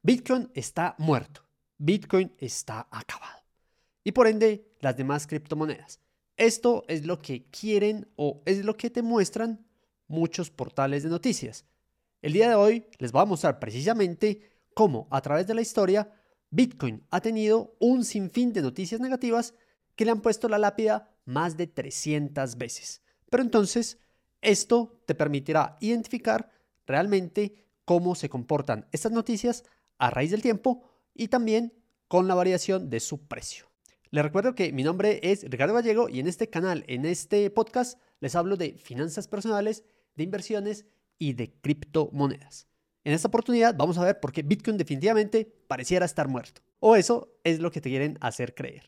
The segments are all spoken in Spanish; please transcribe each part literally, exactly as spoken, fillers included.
Bitcoin está muerto. Bitcoin está acabado. Y por ende, las demás criptomonedas. Esto es lo que quieren o es lo que te muestran muchos portales de noticias. El día de hoy les voy a mostrar precisamente cómo a través de la historia Bitcoin ha tenido un sinfín de noticias negativas que le han puesto la lápida más de trescientas veces. Pero entonces esto te permitirá identificar realmente cómo se comportan estas noticias a raíz del tiempo y también con la variación de su precio. Les recuerdo que mi nombre es Ricardo Gallego y en este canal, en este podcast, les hablo de finanzas personales, de inversiones y de criptomonedas. En esta oportunidad vamos a ver por qué Bitcoin definitivamente pareciera estar muerto. O eso es lo que te quieren hacer creer.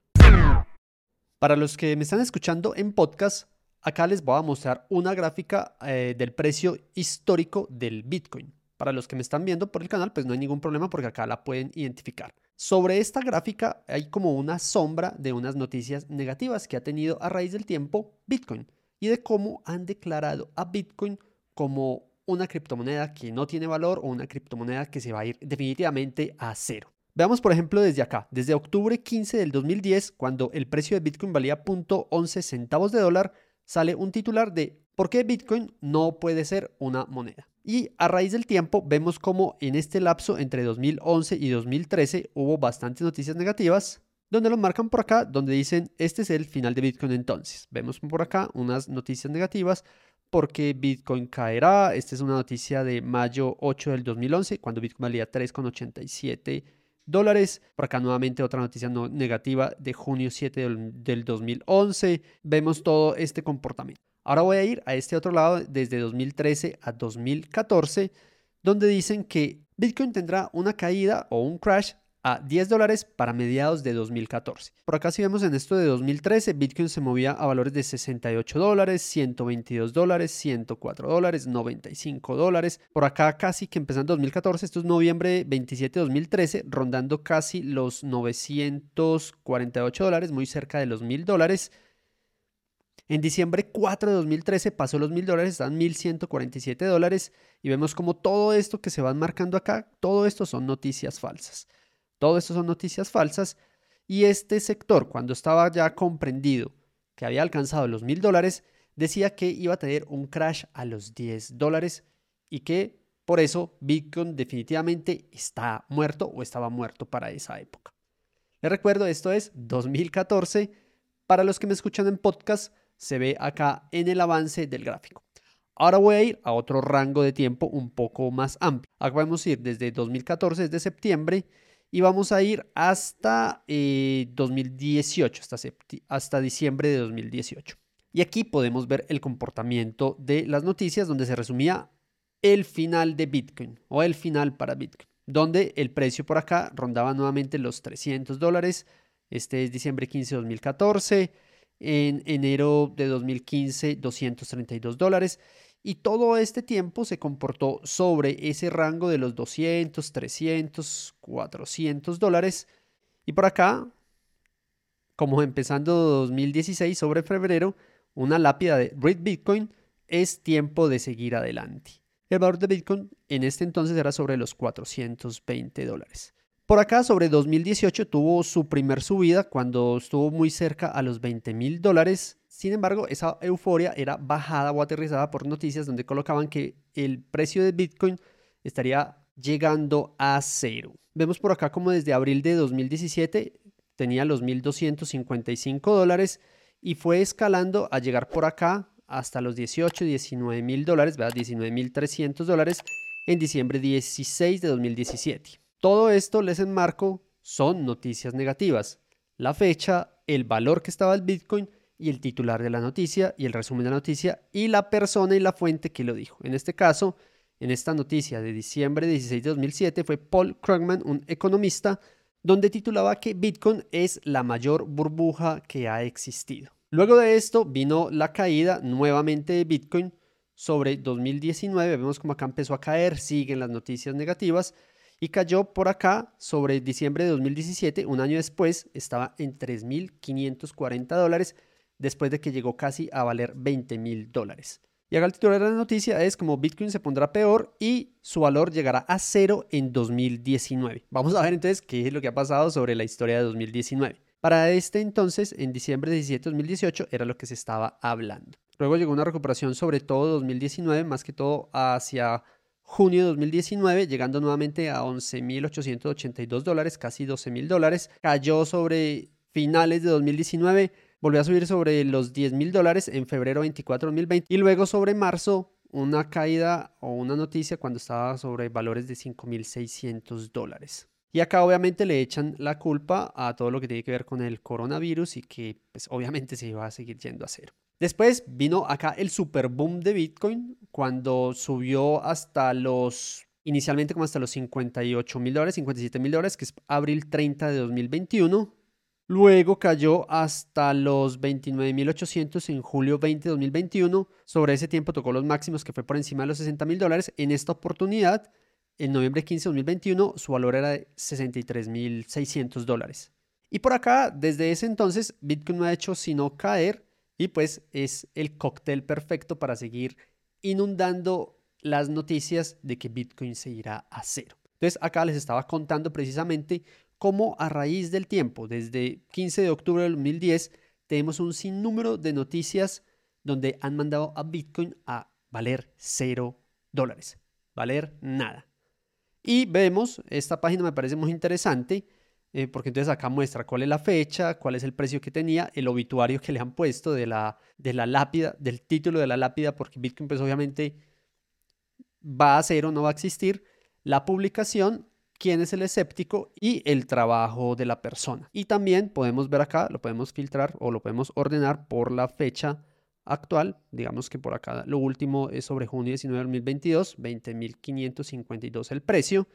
Para los que me están escuchando en podcast, acá les voy a mostrar una gráfica eh, del precio histórico del Bitcoin. Para los que me están viendo por el canal, pues no hay ningún problema porque acá la pueden identificar. Sobre esta gráfica hay como una sombra de unas noticias negativas que ha tenido a raíz del tiempo Bitcoin y de cómo han declarado a Bitcoin como una criptomoneda que no tiene valor o una criptomoneda que se va a ir definitivamente a cero. Veamos por ejemplo desde acá, desde octubre quince del dos mil diez, cuando el precio de Bitcoin valía cero punto once centavos de dólar, sale un titular de ¿por qué Bitcoin no puede ser una moneda? Y a raíz del tiempo vemos como en este lapso entre dos mil once y dos mil trece hubo bastantes noticias negativas, donde lo marcan por acá, donde dicen este es el final de Bitcoin entonces. Vemos por acá unas noticias negativas porque Bitcoin caerá. Esta es una noticia de mayo ocho del dos mil once, cuando Bitcoin valía tres con ochenta y siete dólares. Por acá nuevamente otra noticia no negativa de junio siete del, del dos mil once. Vemos todo este comportamiento. Ahora voy a ir a este otro lado desde dos mil trece a dos mil catorce, donde dicen que Bitcoin tendrá una caída o un crash a diez dólares para mediados de dos mil catorce. Por acá si vemos en esto de dos mil trece, Bitcoin se movía a valores de sesenta y ocho dólares, ciento veintidós dólares, ciento cuatro dólares, noventa y cinco dólares. Por acá casi que empezando dos mil catorce, esto es noviembre veintisiete de dos mil trece, rondando casi los novecientos cuarenta y ocho dólares, muy cerca de los mil dólares. En diciembre cuatro de dos mil trece pasó los mil dólares, están mil ciento cuarenta y siete dólares y vemos como todo esto que se van marcando acá, todo esto son noticias falsas. Todo esto son noticias falsas y este sector, cuando estaba ya comprendido que había alcanzado los mil dólares, decía que iba a tener un crash a los diez dólares y que por eso Bitcoin definitivamente está muerto o estaba muerto para esa época. Les recuerdo, esto es dos mil catorce. Para los que me escuchan en podcast, se ve acá en el avance del gráfico. Ahora voy a ir a otro rango de tiempo un poco más amplio. Acá vamos a ir desde dos mil catorce, desde septiembre, y vamos a ir hasta eh, dos mil dieciocho, hasta, hasta diciembre de dos mil dieciocho. Y aquí podemos ver el comportamiento de las noticias donde se resumía el final de Bitcoin o el final para Bitcoin, donde el precio por acá rondaba nuevamente los trescientos dólares. Este es diciembre quince de dos mil catorce. En enero de dos mil quince, doscientos treinta y dos dólares. Y todo este tiempo se comportó sobre ese rango de los doscientos, trescientos, cuatrocientos dólares. Y por acá, como empezando dos mil dieciséis, sobre febrero, una lápida de Read Bitcoin, es tiempo de seguir adelante. El valor de Bitcoin en este entonces era sobre los cuatrocientos veinte dólares. Por acá, sobre dos mil dieciocho, tuvo su primer subida cuando estuvo muy cerca a los veinte mil dólares. Sin embargo, esa euforia era bajada o aterrizada por noticias donde colocaban que el precio de Bitcoin estaría llegando a cero. Vemos por acá como desde abril de dos mil diecisiete tenía los mil doscientos cincuenta y cinco dólares y fue escalando a llegar por acá hasta los dieciocho, diecinueve mil dólares, ¿verdad? diecinueve mil trescientos dólares en diciembre dieciséis de dos mil diecisiete. Todo esto les enmarco, son noticias negativas. La fecha, el valor que estaba el Bitcoin y el titular de la noticia y el resumen de la noticia y la persona y la fuente que lo dijo. En este caso, en esta noticia de diciembre dieciséis de dos mil siete fue Paul Krugman, un economista, donde titulaba que Bitcoin es la mayor burbuja que ha existido. Luego de esto vino la caída nuevamente de Bitcoin sobre dos mil diecinueve. Vemos como acá empezó a caer, siguen las noticias negativas. Y cayó por acá sobre diciembre de dos mil diecisiete, un año después, estaba en tres mil quinientos cuarenta dólares, después de que llegó casi a valer veinte mil dólares. Y acá el titular de la noticia es como Bitcoin se pondrá peor y su valor llegará a cero en dos mil diecinueve. Vamos a ver entonces qué es lo que ha pasado sobre la historia de dos mil diecinueve. Para este entonces, en diciembre diecisiete de dos mil dieciocho, era lo que se estaba hablando. Luego llegó una recuperación sobre todo dos mil diecinueve, más que todo hacia junio de dos mil diecinueve, llegando nuevamente a once mil ochocientos ochenta y dos dólares, casi doce mil dólares. Cayó sobre finales de dos mil diecinueve, volvió a subir sobre los diez mil dólares en febrero veinticuatro de dos mil veinte y luego sobre marzo una caída o una noticia cuando estaba sobre valores de cinco mil seiscientos dólares. Y acá obviamente le echan la culpa a todo lo que tiene que ver con el coronavirus y que pues obviamente se iba a seguir yendo a cero. Después vino acá el super boom de Bitcoin cuando subió hasta los, inicialmente como hasta los cincuenta y ocho mil dólares, cincuenta y siete mil dólares, que es abril treinta de dos mil veintiuno. Luego cayó hasta los veintinueve mil ochocientos en julio veinte de dos mil veintiuno. Sobre ese tiempo tocó los máximos que fue por encima de los sesenta mil dólares. En esta oportunidad, en noviembre quince de dos mil veintiuno, su valor era de sesenta y tres mil seiscientos dólares. Y por acá, desde ese entonces, Bitcoin no ha hecho sino caer y pues es el cóctel perfecto para seguir inundando las noticias de que Bitcoin se irá a cero. Entonces acá les estaba contando precisamente cómo a raíz del tiempo, desde quince de octubre del dos mil diez, tenemos un sinnúmero de noticias donde han mandado a Bitcoin a valer cero dólares, valer nada. Y vemos, esta página me parece muy interesante, eh, porque entonces acá muestra cuál es la fecha, cuál es el precio que tenía, el obituario que le han puesto de la, de la lápida, del título de la lápida, porque Bitcoin pues obviamente va a cero, no va a existir, la publicación, quién es el escéptico y el trabajo de la persona. Y también podemos ver acá, lo podemos filtrar o lo podemos ordenar por la fecha actual. Digamos que por acá lo último es sobre junio diecinueve de dos mil veintidós, veinte mil quinientos cincuenta y dos el precio.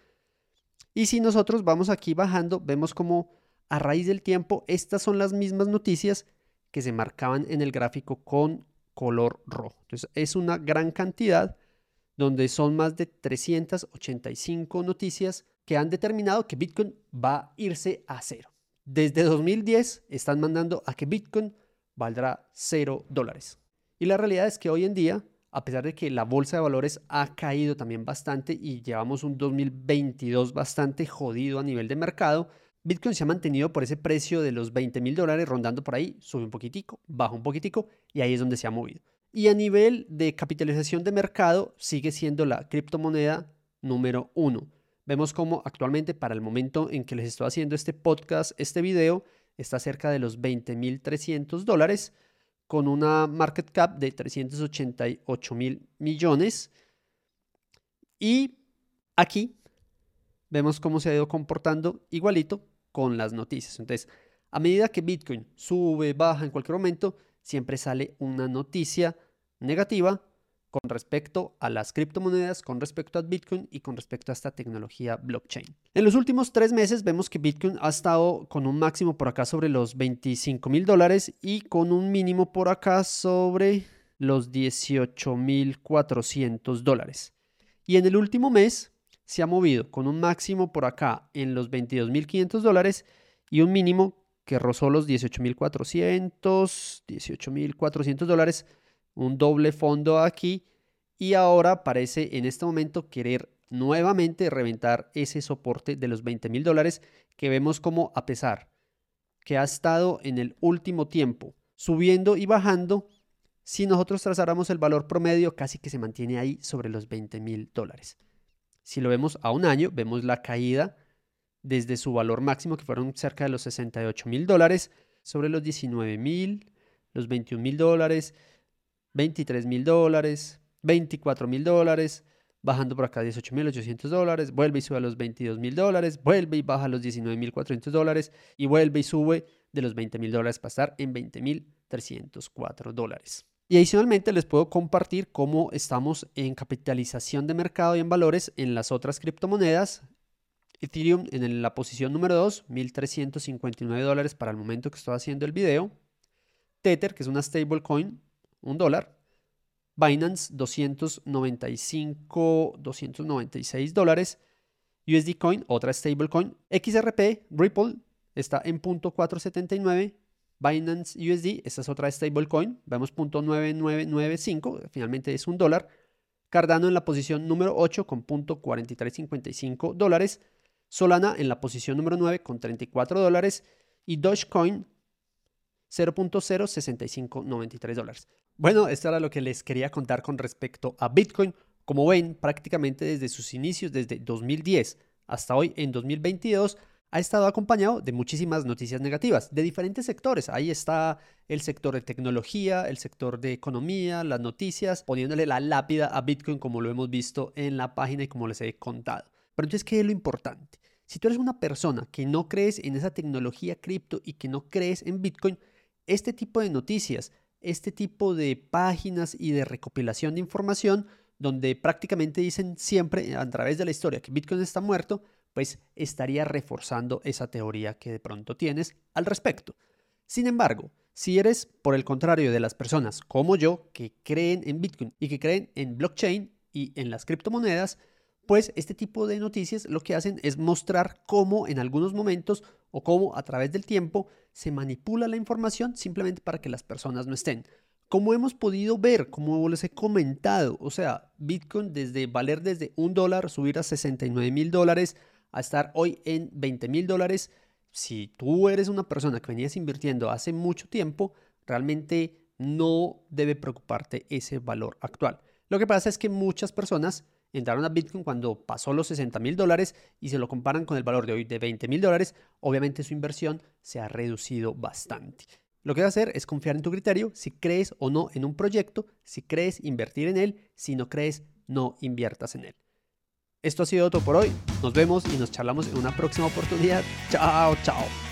Y si nosotros vamos aquí bajando, vemos como a raíz del tiempo, estas son las mismas noticias que se marcaban en el gráfico con color rojo. Entonces es una gran cantidad donde son más de trescientas ochenta y cinco noticias que han determinado que Bitcoin va a irse a cero. Desde dos mil diez están mandando a que Bitcoin valdrá cero dólares. Y la realidad es que hoy en día, a pesar de que la bolsa de valores ha caído también bastante y llevamos un dos mil veintidós bastante jodido a nivel de mercado, Bitcoin se ha mantenido por ese precio de los veinte mil dólares rondando por ahí, sube un poquitico, baja un poquitico y ahí es donde se ha movido. Y a nivel de capitalización de mercado sigue siendo la criptomoneda número uno. Vemos como actualmente para el momento en que les estoy haciendo este podcast, este video, está cerca de los veinte mil trescientos dólares con una market cap de trescientos ochenta y ocho mil millones. Y aquí vemos cómo se ha ido comportando igualito con las noticias. Entonces, a medida que Bitcoin sube, baja en cualquier momento, siempre sale una noticia negativa con respecto a las criptomonedas, con respecto a Bitcoin y con respecto a esta tecnología blockchain. En los últimos tres meses vemos que Bitcoin ha estado con un máximo por acá sobre los veinticinco mil dólares y con un mínimo por acá sobre los dieciocho mil cuatrocientos dólares. Y en el último mes se ha movido con un máximo por acá en los veintidós mil quinientos dólares y un mínimo que rozó los dieciocho mil cuatrocientos, dieciocho mil cuatrocientos dólares, un doble fondo aquí y ahora parece en este momento querer nuevamente reventar ese soporte de los veinte mil dólares que vemos como a pesar que ha estado en el último tiempo subiendo y bajando, si nosotros trazáramos el valor promedio casi que se mantiene ahí sobre los veinte mil dólares. Si lo vemos a un año, vemos la caída desde su valor máximo, que fueron cerca de los sesenta y ocho mil dólares, sobre los diecinueve mil, los veintiún mil dólares, veintitrés mil dólares, veinticuatro mil dólares, bajando por acá dieciocho mil ochocientos dólares, vuelve y sube a los veintidós mil dólares, vuelve y baja a los diecinueve mil cuatrocientos dólares y vuelve y sube de los veinte mil dólares para estar en veinte mil trescientos cuatro dólares. Y adicionalmente les puedo compartir cómo estamos en capitalización de mercado y en valores en las otras criptomonedas. Ethereum en la posición número dos, mil trescientos cincuenta y nueve dólares para el momento que estoy haciendo el video. Tether, que es una stablecoin, un dólar. Binance, doscientos noventa y cinco, doscientos noventa y seis dólares. U S D Coin, otra stablecoin. X R P, Ripple, está en punto cuatrocientos setenta y nueve. Binance U S D, esta es otra stablecoin, vemos punto nueve nueve nueve cinco, finalmente es un dólar. Cardano en la posición número ocho con punto cuarenta y tres cincuenta y cinco dólares. Solana en la posición número nueve con treinta y cuatro dólares. Y Dogecoin cero punto cero sesenta y cinco noventa y tres dólares. Bueno, esto era lo que les quería contar con respecto a Bitcoin. Como ven, prácticamente desde sus inicios, desde dos mil diez hasta hoy en dos mil veintidós, ha estado acompañado de muchísimas noticias negativas de diferentes sectores. Ahí está el sector de tecnología, el sector de economía, las noticias, poniéndole la lápida a Bitcoin como lo hemos visto en la página y como les he contado. Pero entonces, ¿qué es lo importante? Si tú eres una persona que no crees en esa tecnología cripto y que no crees en Bitcoin, este tipo de noticias, este tipo de páginas y de recopilación de información donde prácticamente dicen siempre a través de la historia que Bitcoin está muerto, pues estaría reforzando esa teoría que de pronto tienes al respecto. Sin embargo, si eres por el contrario de las personas como yo que creen en Bitcoin y que creen en blockchain y en las criptomonedas, pues este tipo de noticias lo que hacen es mostrar cómo en algunos momentos o cómo a través del tiempo se manipula la información simplemente para que las personas no estén. Como hemos podido ver, como les he comentado, o sea, Bitcoin desde valer desde un dólar, subir a sesenta y nueve mil dólares, a estar hoy en veinte mil dólares. Si tú eres una persona que venías invirtiendo hace mucho tiempo, realmente no debe preocuparte ese valor actual. Lo que pasa es que muchas personas entraron a Bitcoin cuando pasó los sesenta mil dólares y se lo comparan con el valor de hoy de veinte mil dólares, obviamente su inversión se ha reducido bastante. Lo que vas a hacer es confiar en tu criterio, si crees o no en un proyecto, si crees invertir en él, si no crees, no inviertas en él. Esto ha sido todo por hoy, nos vemos y nos charlamos en una próxima oportunidad. Chao, chao.